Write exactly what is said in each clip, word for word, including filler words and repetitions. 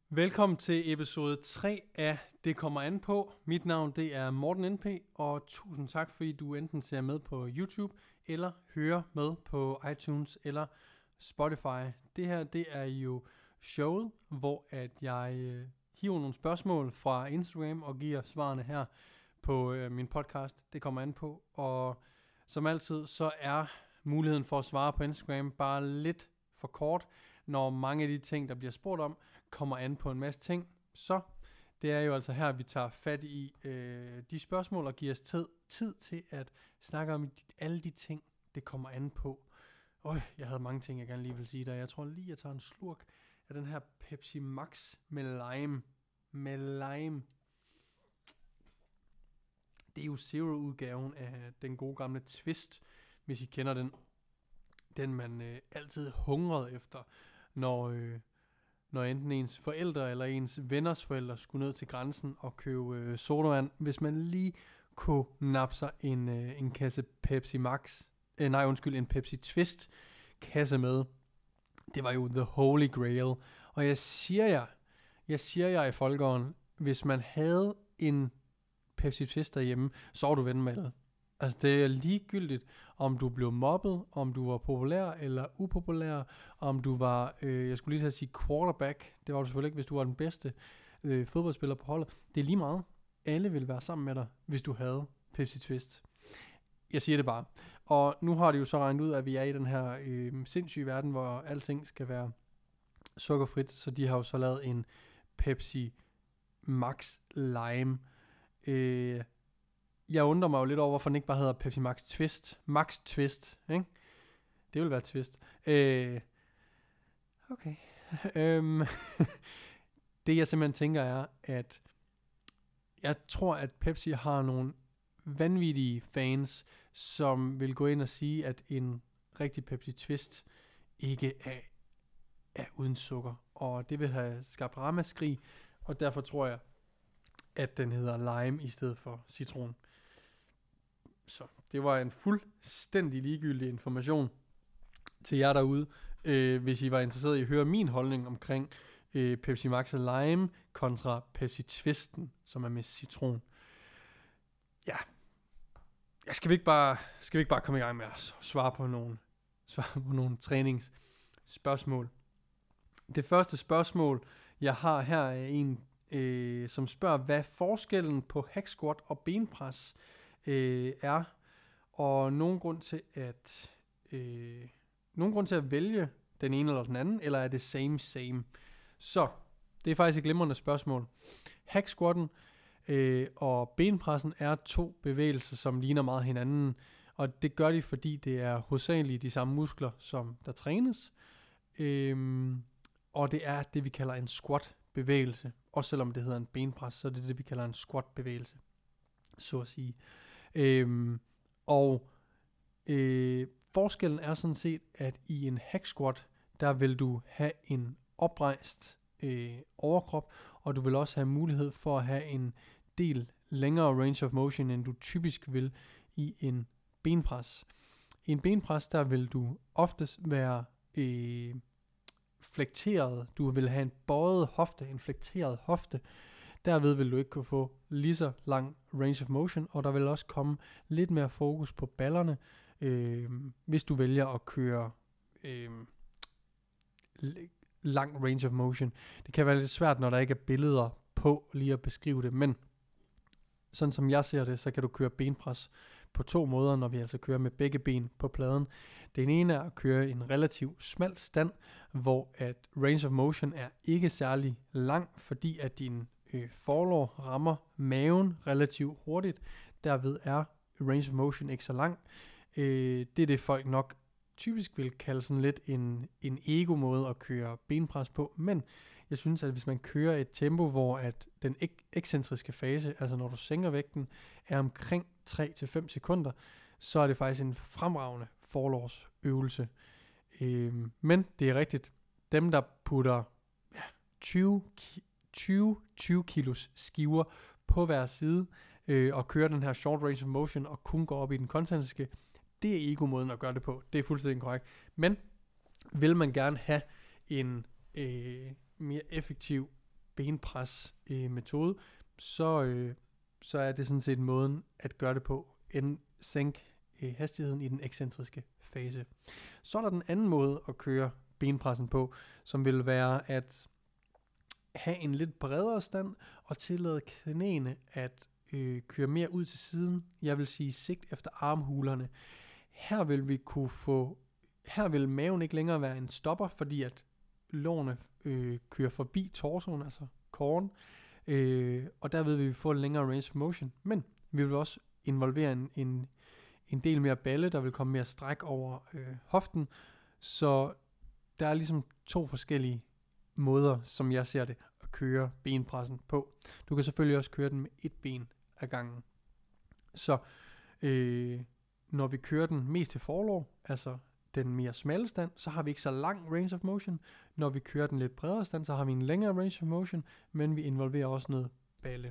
Velkommen til episode tre af Det kommer an på. Mit navn det er Morten N P, og tusind tak fordi du enten ser med på YouTube eller hører med på iTunes eller Spotify. Det her det er jo showet, hvor at jeg øh, hiver nogle spørgsmål fra Instagram og giver svarene her på øh, min podcast. Det kommer an på, og som altid så er muligheden for at svare på Instagram bare lidt for kort, når mange af de ting, der bliver spurgt om, kommer an på en masse ting. Så det er jo altså her, vi tager fat i øh, de spørgsmål og giver os tid, tid til at snakke om alle de ting, det kommer an på. Øj, jeg havde mange ting, jeg gerne lige vil sige der. Jeg tror lige, jeg tager en slurk af den her Pepsi Max med lime. Med lime. Det er jo Zero-udgaven af den gode gamle Twist, hvis I kender den. Den man øh, altid hungrede efter, når, øh, når enten ens forældre eller ens venners forældre skulle ned til grænsen og købe øh, sodavand. Hvis man lige kunne nappe sig en, øh, en kasse Pepsi Max, øh, nej undskyld, en Pepsi Twist kasse med. Det var jo the holy grail. Og jeg siger jer, jeg siger jer i folkeånden, hvis man havde en Pepsi Twist derhjemme, så var du ven med det. Altså det er ligegyldigt, om du blev mobbet, om du var populær eller upopulær, om du var, øh, jeg skulle lige sige quarterback, det var du selvfølgelig ikke, hvis du var den bedste øh, fodboldspiller på holdet. Det er lige meget. Alle ville være sammen med dig, hvis du havde Pepsi Twist. Jeg siger det bare. Og nu har de jo så regnet ud, at vi er i den her øh, sindssyge verden, hvor alting skal være sukkerfrit, så de har jo så lavet en Pepsi Max Lime. Øh, Jeg undrer mig jo lidt over, hvorfor den ikke bare hedder Pepsi Max Twist. Max Twist, ikke? Det vil være Twist. Øh, okay. øhm, det jeg simpelthen tænker er, at jeg tror, at Pepsi har nogle vanvittige fans, som vil gå ind og sige, at en rigtig Pepsi Twist ikke er, er uden sukker. Og det vil have skabt ramaskrig, og derfor tror jeg, at den hedder lime i stedet for citron. Så det var en fuldstændig ligegyldig information til jer derude, øh, hvis I var interesseret i at høre min holdning omkring øh, Pepsi Max Lime kontra Pepsi Twisten, som er med citron. Ja, ja skal vi ikke bare skal vi ikke bare komme i gang med at svare på nogle svare på nogle træningsspørgsmål. Det første spørgsmål jeg har her er en øh, som spørger, hvad forskellen på hack squat og benpres Øh, er, og nogen grund til at øh, nogen grund til at vælge den ene eller den anden, eller er det same same? Så det er faktisk et glimrende spørgsmål. Hack squatten øh, og benpressen er to bevægelser, som ligner meget hinanden, og det gør de, fordi det er hovedsageligt de samme muskler, som der trænes, øh, og det er det vi kalder en squat bevægelse. Også selvom det hedder en benpres, så er det det vi kalder en squat bevægelse, så at sige. Øhm, og øh, forskellen er sådan set, at i en hack squat, der vil du have en oprejst øh, overkrop, og du vil også have mulighed for at have en del længere range of motion, end du typisk vil i en benpres. I en benpres, der vil du oftest være øh, flekteret, du vil have en bøjet hofte, en flekteret hofte. Derved vil du ikke kunne få lige så lang range of motion, og der vil også komme lidt mere fokus på ballerne, øh, hvis du vælger at køre øh, lang range of motion. Det kan være lidt svært, når der ikke er billeder på lige at beskrive det, men sådan som jeg ser det, så kan du køre benpres på to måder, når vi altså kører med begge ben på pladen. Den ene er at køre en relativt smal stand, hvor at range of motion er ikke særlig lang, fordi at din øh, forlår rammer maven relativt hurtigt. Derved er range of motion ikke så lang. Øh, det er det folk nok typisk vil kalde sådan lidt en, en ego-måde at køre benpres på, men jeg synes, at hvis man kører et tempo, hvor at den ek- ekscentriske fase, altså når du sænker vægten, er omkring tre til fem sekunder, så er det faktisk en fremragende forlovsøvelse. Øhm, men det er rigtigt, dem der putter ja, tyve tyve kilos skiver på hver side, øh, og kører den her short range of motion, og kun går op i den koncentriske, det er ego-måden at gøre det på. Det er fuldstændig korrekt. Men vil man gerne have en øh, mere effektiv benpres øh, metode, så, øh, så er det sådan set måden at gøre det på, en sænk øh, hastigheden i den ekscentriske fase. Så er der den anden måde at køre benpressen på, som vil være at have en lidt bredere stand og tillade knæene at øh, køre mere ud til siden. Jeg vil sige sigt efter armhulerne. Her vil vi kunne få, her vil maven ikke længere være en stopper, fordi at lårene øh, kører forbi torsoen, altså koren, øh, og derved vil vi få en længere range of motion. Men vi vil også involvere en, en, en del mere balle, der vil komme mere stræk over øh, hoften. Så der er ligesom to forskellige måder, som jeg ser det, at køre benpressen på. Du kan selvfølgelig også køre den med et ben ad gangen. Så øh, når vi kører den mest til forlov, altså den mere smalle stand, så har vi ikke så lang range of motion. Når vi kører den lidt bredere stand, så har vi en længere range of motion, men vi involverer også noget balle.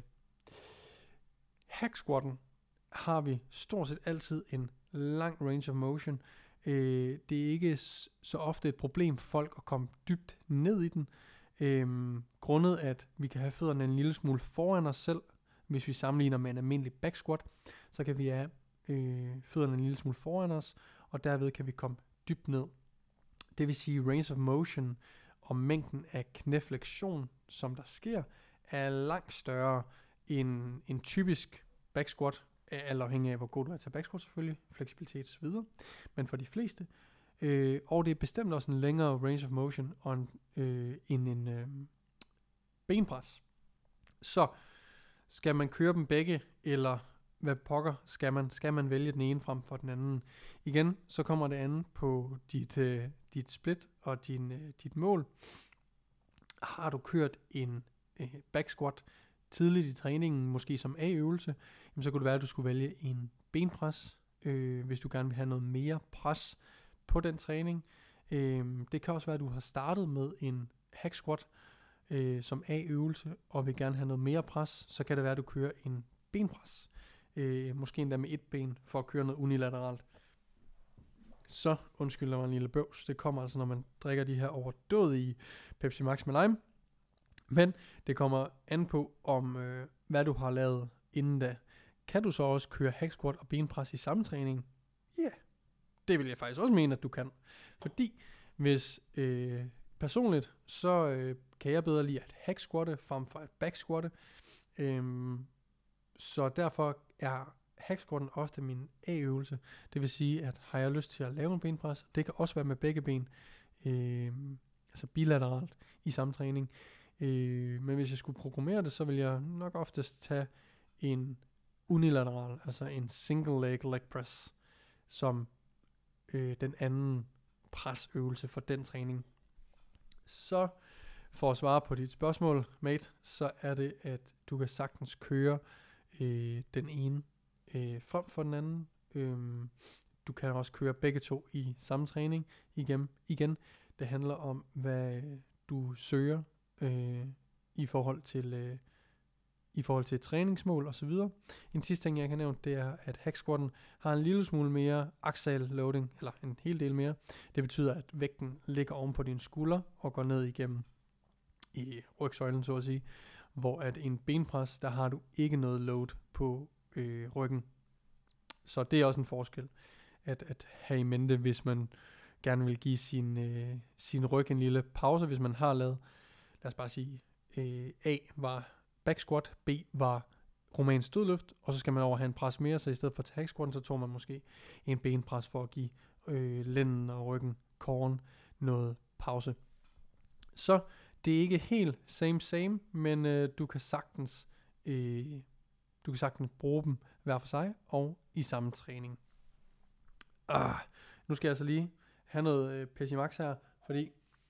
Hack squatten har vi stort set altid en lang range of motion. Øh, det er ikke s- så ofte et problem for folk at komme dybt ned i den, øh, grundet at vi kan have fødderne en lille smule foran os selv. Hvis vi sammenligner med en almindelig back squat, så kan vi have øh, fødderne en lille smule foran os, og derved kan vi komme dybt ned. Det vil sige, range of motion og mængden af knæflektion, som der sker, er langt større end en typisk back squat, alt afhængig af hvor god du er til back squat selvfølgelig, fleksibilitet og så videre, men for de fleste. Øh, og det er bestemt også en længere range of motion og en, øh, end en øh, benpres. Så skal man køre dem begge, eller hvad pokker skal man? Skal man vælge den ene frem for den anden? Igen, så kommer det an på dit, øh, dit split og din, øh, dit mål. Har du kørt en øh, back squat tidligt i træningen, måske som A-øvelse, jamen så kunne det være, at du skulle vælge en benpres, øh, hvis du gerne vil have noget mere pres på den træning. Øh, det kan også være, at du har startet med en hack squat øh, som A-øvelse, og vil gerne have noget mere pres, så kan det være, at du kører en benpres. Øh, måske endda med et ben, for at køre noget unilateralt. Så, undskyld, der var en lille bøvs. Det kommer altså, når man drikker de her overdådige Pepsi Max med lime. Men det kommer an på, om øh, hvad du har lavet inden da. Kan du så også køre hack squat og benpres i samme træning? Ja, yeah. Det vil jeg faktisk også mene, at du kan. Fordi hvis øh, personligt, så øh, kan jeg bedre lide at hack squatte frem for at back squatte. Øhm, så derfor er hack squatten ofte min A-øvelse. Det vil sige, at har jeg lyst til at lave en benpres, det kan også være med begge ben, øh, altså bilateralt i samme træning. Øh, men hvis jeg skulle programmere det, så vil jeg nok oftest tage en unilateral, altså en single leg leg press, som øh, den anden presøvelse for den træning. Så for at svare på dit spørgsmål, mate, så er det, at du kan sagtens køre øh, den ene øh, frem for den anden. Øhm, du kan også køre begge to i samme træning igen. igen. Det handler om, hvad du søger øh, i forhold til øh, i forhold til træningsmål og så videre. En sidste ting, jeg kan nævne, det er, at hack squatten har en lille smule mere axial loading, eller en hel del mere. Det betyder, at vægten ligger oven på dine skulder og går ned igennem i rygsøjlen, så at sige. Hvor at en benpres, der har du ikke noget load på øh, ryggen. Så det er også en forskel at, at have i mente, hvis man gerne vil give sin, øh, sin ryg en lille pause, hvis man har lavet, lad os bare sige, øh, A var back squat, B var romansk dødløft, og så skal man over have en pres mere, så i stedet for at tage hack squatten, så tog man måske en benpres for at give øh, lænden og ryggen, koren noget pause. Så det er ikke helt same same, men øh, du kan sagtens øh, du kan sagtens bruge dem hver for sig og i samme træning. Ah, nu skal jeg altså lige have noget øh, Pepsi Max her, fordi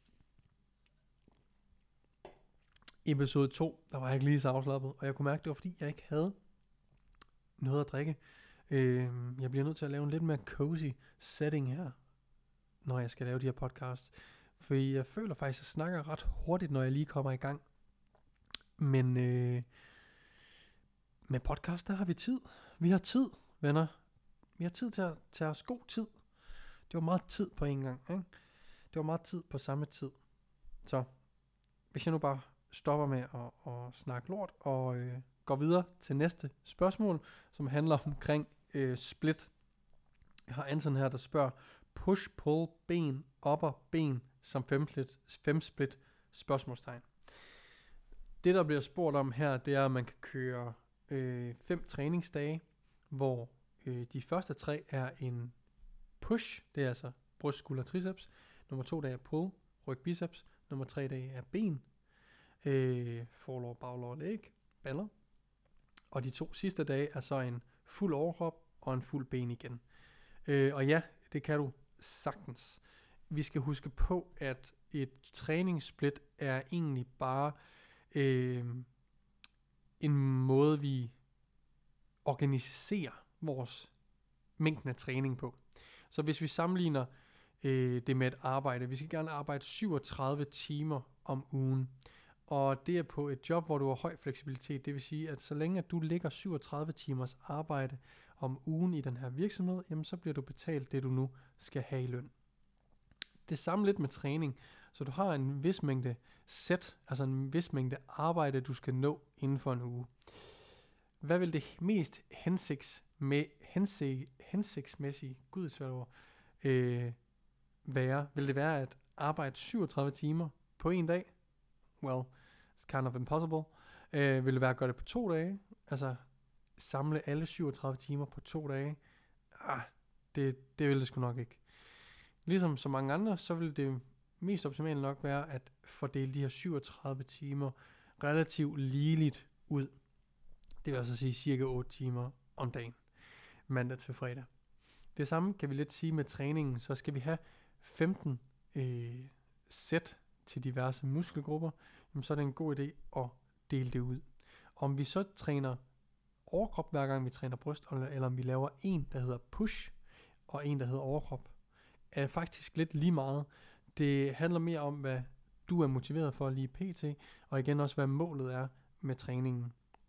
episode to, der var jeg ikke lige så afslappet, og jeg kunne mærke, det var fordi, jeg ikke havde noget at drikke. Øh, jeg bliver nødt til at lave en lidt mere cozy setting her, når jeg skal lave de her podcasts. For jeg føler faktisk, at jeg snakker ret hurtigt, når jeg lige kommer i gang. Men øh, med podcast, der har vi tid. Vi har tid, venner. Vi har tid til at tage os god tid. Det var meget tid på en gang, ikke? Det var meget tid på samme tid. Så hvis jeg nu bare stopper med at, at snakke lort, og øh, går videre til næste spørgsmål, som handler omkring øh, split. Jeg har Anton her, der spørger, push, pull, ben, upper, ben, som fem split, fem split, spørgsmålstegn. Det, der bliver spurgt om her, det er, at man kan køre øh, fem træningsdage, hvor øh, de første tre er en push, det er altså bryst, skulder, triceps. Nummer to dage er pull, ryg, biceps. Nummer tre dage er ben, øh, forlår, baglår, læg, baller. Og de to sidste dage er så en fuld overkrop og en fuld ben igen. Øh, og ja, det kan du sagtens. Vi skal huske på, at et træningssplit er egentlig bare øh, en måde, vi organiserer vores mængden af træning på. Så hvis vi sammenligner øh, det med et arbejde, vi skal gerne arbejde syvogtredive timer om ugen, og det er på et job, hvor du har høj fleksibilitet. Det vil sige, at så længe at du ligger syvogtredive timers arbejde om ugen i den her virksomhed, jamen så bliver du betalt det, du nu skal have i løn. Det samme lidt med træning. Så du har en vis mængde sæt, altså en vis mængde arbejde, du skal nå inden for en uge. Hvad vil det mest hensigts med, hensig, hensigtsmæssige, gud svært ord, øh, være? Vil det være at arbejde syvogtredive timer på en dag? Well, it's kind of impossible. Øh, vil det være at gøre det på to dage? Altså samle alle syvogtredive timer på to dage? Ah, det, det vil det sgu nok ikke. Ligesom så mange andre, så vil det mest optimalt nok være at fordele de her syvogtredive timer relativt ligeligt ud. Det vil altså sige cirka otte timer om dagen, mandag til fredag. Det samme kan vi lidt sige med træningen, så skal vi have femten øh, sæt til diverse muskelgrupper, jamen så er det en god idé at dele det ud. Om vi så træner overkrop hver gang vi træner bryst, eller om vi laver en, der hedder push, og en, der hedder overkrop, er faktisk lidt lige meget. Det handler mere om, hvad du er motiveret for lige pt, og igen også, hvad målet er med træningen.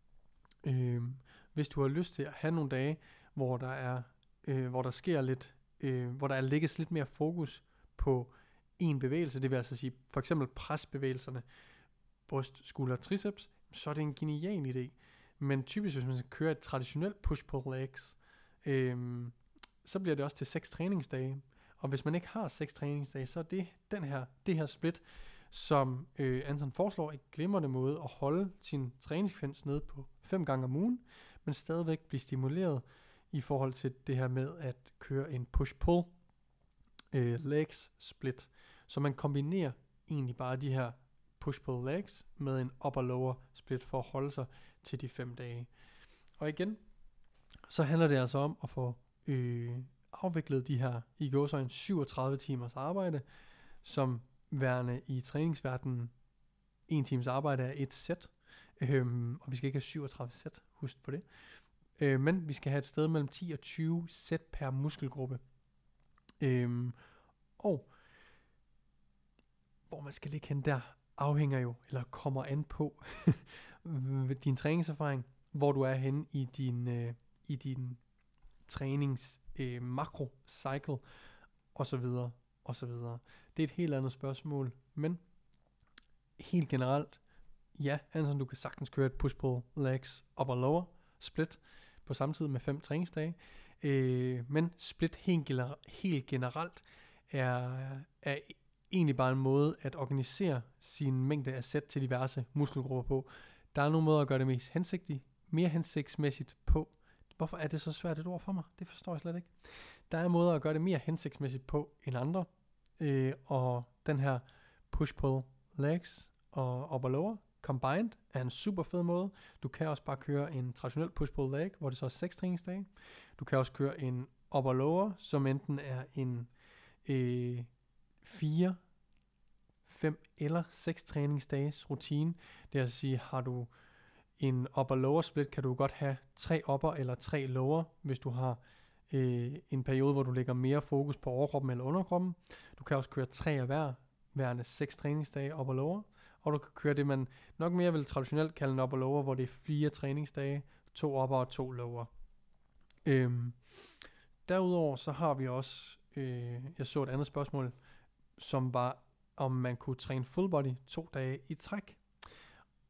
Øh, hvis du har lyst til at have nogle dage, hvor der er, øh, hvor der sker lidt, øh, hvor der lægges lidt mere fokus på en bevægelse, det vil altså sige for eksempel presbevægelserne, bryst, skulder, triceps, så er det en genial idé. Men typisk, hvis man skal køre et traditionelt push-pull legs, øh, så bliver det også til seks træningsdage. Og hvis man ikke har seks træningsdage, så er det den her, det her split, som øh, Anton foreslår, en glimrende måde at holde sin træningsfrekvens nede på fem gange om ugen, men stadigvæk blive stimuleret i forhold til det her med at køre en push-pull øh, legs split. Så man kombinerer egentlig bare de her push-pull legs med en upper-lower split for at holde sig til de fem dage. Og igen, så handler det altså om at få øh, afviklet de her i gåseøjne syvogtredive timers arbejde, som værende i træningsverdenen en times arbejde er et sæt, øhm, og vi skal ikke have syvogtredive sæt, husk på det, øh, men vi skal have et sted mellem ti og tyve sæt per muskelgruppe, øhm, og hvor man skal ligge hen der, afhænger jo, eller kommer an på din træningserfaring, hvor du er henne i din, øh, i din trænings øh, makro cycle, og så videre, og så videre. Det er et helt andet spørgsmål, men helt generelt, ja, Anton, du kan sagtens køre et push-pull legs upper lower split på samme tid med fem træningsdage, øh, men split helt, gener- helt generelt er, er egentlig bare en måde at organisere sin mængde af sæt til diverse muskelgrupper på. Der er nogle måder at gøre det mest hensigtigt, mere hensigtsmæssigt på. Hvorfor er det så svært et ord for mig? Det forstår jeg slet ikke. Der er måder at gøre det mere hensigtsmæssigt på end andre, øh, og den her push-pull legs og upper lower combined er en super fed måde. Du kan også bare køre en traditionel push-pull leg, hvor det så er seks træningsdage. Du kan også køre en upper lower, som enten er en øh, fire, fem eller seks træningsdages rutine. Det er at sige, har du en upper lower split, kan du godt have tre upper eller tre lower, hvis du har øh, en periode, hvor du lægger mere fokus på overkroppen eller underkroppen. Du kan også køre tre af hver, værende seks træningsdage upper lower, og du kan køre det, man nok mere vil traditionelt kalde en upper lower, hvor det er fire træningsdage, to upper og to lower. Øhm, derudover så har vi også, øh, jeg så et andet spørgsmål, som var, om man kunne træne full body to dage i træk.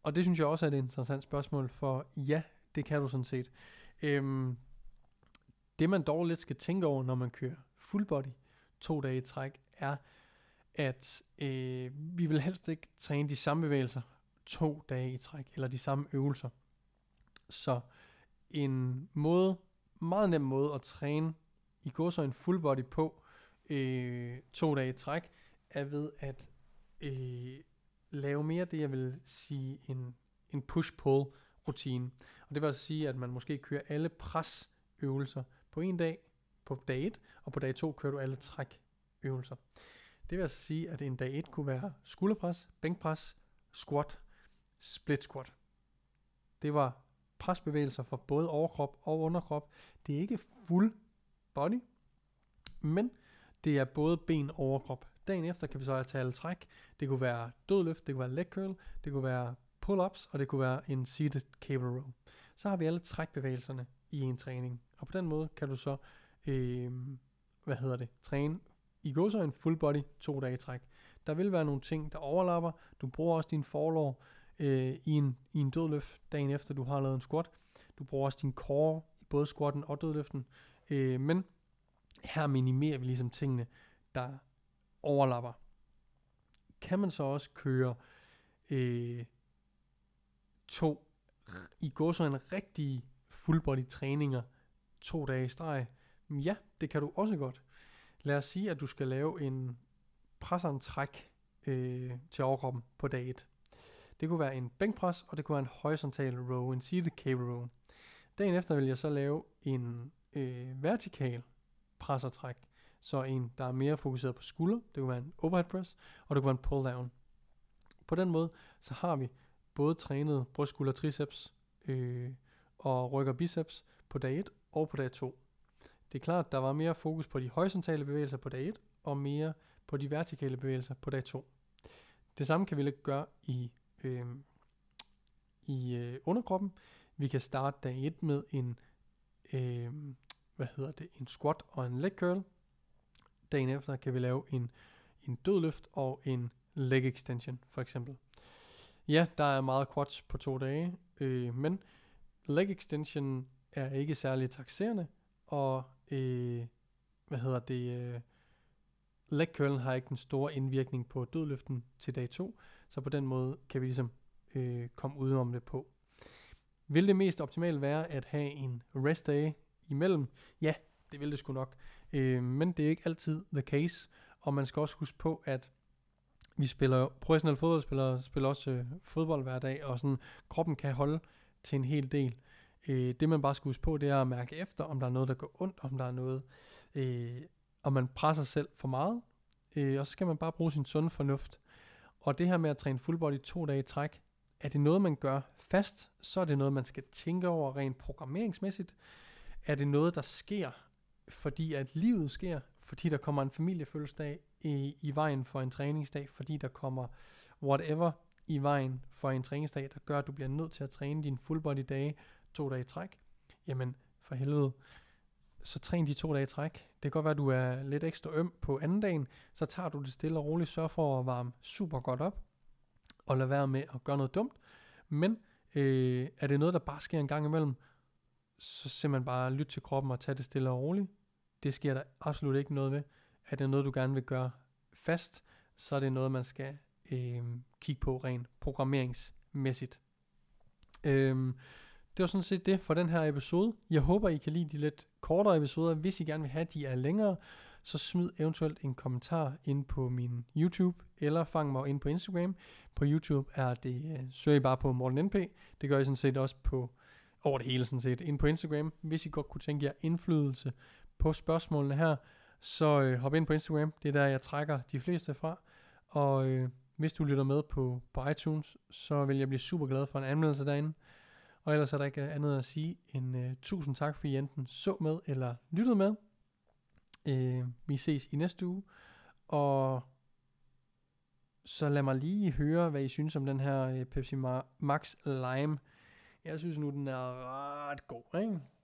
og det synes jeg også er et interessant spørgsmål, for ja, det kan du sådan set. Øhm, det man dog lidt skal tænke over, når man kører full body to dage i træk, er, at øh, vi vil helst ikke træne de samme bevægelser to dage i træk, eller de samme øvelser. Så en måde, meget nem måde at træne i går så en full body på øh, to dage i træk, er ved at øh, lave mere det, jeg vil sige en, en push-pull rutine. Og det vil altså sige, at man måske kører alle presøvelser på en dag, på dag et, og på dag to kører du alle trækøvelser. Det vil altså sige, at en dag et kunne være skulderpres, bænkpres, squat, split squat. Det var presbevægelser for både overkrop og underkrop. Det er ikke full body, men det er både ben og overkrop. Dagen efter kan vi så tage alle træk. Det kunne være dødløft, det kunne være leg curl, det kunne være pull-ups, og det kunne være en seated cable row. Så har vi alle trækbevægelserne i en træning. Og på den måde kan du så, øh, hvad hedder det, træne i går så en full body to dage i træk. Der vil være nogle ting, der overlapper. Du bruger også din forlår øh, i, en, i en dødløft dagen efter, du har lavet en squat. Du bruger også din core i både squatten og dødløften. Øh, men her minimerer vi ligesom tingene, der overlapper. Kan man så også køre øh, to i går så en rigtig full body træninger to dage i streg? Ja, det kan du også godt. Lad os sige, at du skal lave en presantræk øh, til overkroppen på dag et. Det kunne være en bænkpres, og det kunne være en horisontal row, en seated cable row. Dagen efter vil jeg så lave en øh, vertikal pressertræk, så en, der er mere fokuseret på skulder. Det kunne være en overhead press, og det kunne være en pull down. På den måde, så har vi både trænet bryst, skulder, triceps øh, og ryg og biceps på dag et og på dag to. Det er klart, at der var mere fokus på de horisontale bevægelser på dag et, og mere på de vertikale bevægelser på dag to. Det samme kan vi lidt gøre i, øh, i øh, underkroppen. Vi kan starte dag et med en, øh, hvad hedder det, en squat og en leg curl. Dagen efter kan vi lave en, en dødløft og en leg extension, for eksempel. Ja, der er meget quads på to dage, øh, men leg extension er ikke særlig taxerende, og øh, hvad hedder det, øh, leg curlen har ikke den store indvirkning på dødløften til dag to, så på den måde kan vi ligesom øh, komme ud om det på. Vil det mest optimalt være at have en rest day imellem? Ja, det vil det sgu nok, øh, men det er ikke altid the case, og man skal også huske på, at vi spiller, professionelle fodboldspillere spiller også øh, fodbold hver dag, og sådan kroppen kan holde til en hel del. Øh, det man bare skal huske på, det er at mærke efter, om der er noget, der går ondt, om der er noget, øh, om man presser selv for meget, øh, og så skal man bare bruge sin sunde fornuft. Og det her med at træne full body to dage i træk, er det noget, man gør fast, så er det noget, man skal tænke over rent programmeringsmæssigt. Er det noget, der sker, fordi at livet sker, fordi der kommer en familiefødselsdag i, i vejen for en træningsdag, fordi der kommer whatever i vejen for en træningsdag, der gør, at du bliver nødt til at træne din full body dage to dage i træk, jamen for helvede, så træn de to dage i træk. Det kan godt være, at du er lidt ekstra øm på anden dagen, så tager du det stille og roligt, sørg for at varme super godt op, og lad være med at gøre noget dumt. Men øh, er det noget, der bare sker en gang imellem, så simpelthen bare lyt til kroppen og tage det stille og roligt. Det sker der absolut ikke noget ved. Er det noget, du gerne vil gøre fast, så er det noget, man skal øh, kigge på rent programmeringsmæssigt. Øh, Det var sådan set det for den her episode. Jeg håber, I kan lide de lidt kortere episoder. Hvis I gerne vil have, at de er længere, så smid eventuelt en kommentar ind på min YouTube, eller fang mig ind på Instagram. På YouTube er det, uh, søger I bare på Morten N P. Det gør I sådan set også på, over det hele sådan set, ind på Instagram. Hvis I godt kunne tænke jer indflydelse på spørgsmålene her, så uh, hop ind på Instagram. Det er der, jeg trækker de fleste fra. Og uh, hvis du lytter med på, på iTunes, så vil jeg blive super glad for en anmeldelse derinde. Og ellers er der ikke andet at sige end uh, tusind tak, for I enten så med eller lyttede med. Uh, vi ses i næste uge. Og så lad mig lige høre, hvad I synes om den her uh, Pepsi Max Lime. Jeg synes nu, den er ret god, ikke?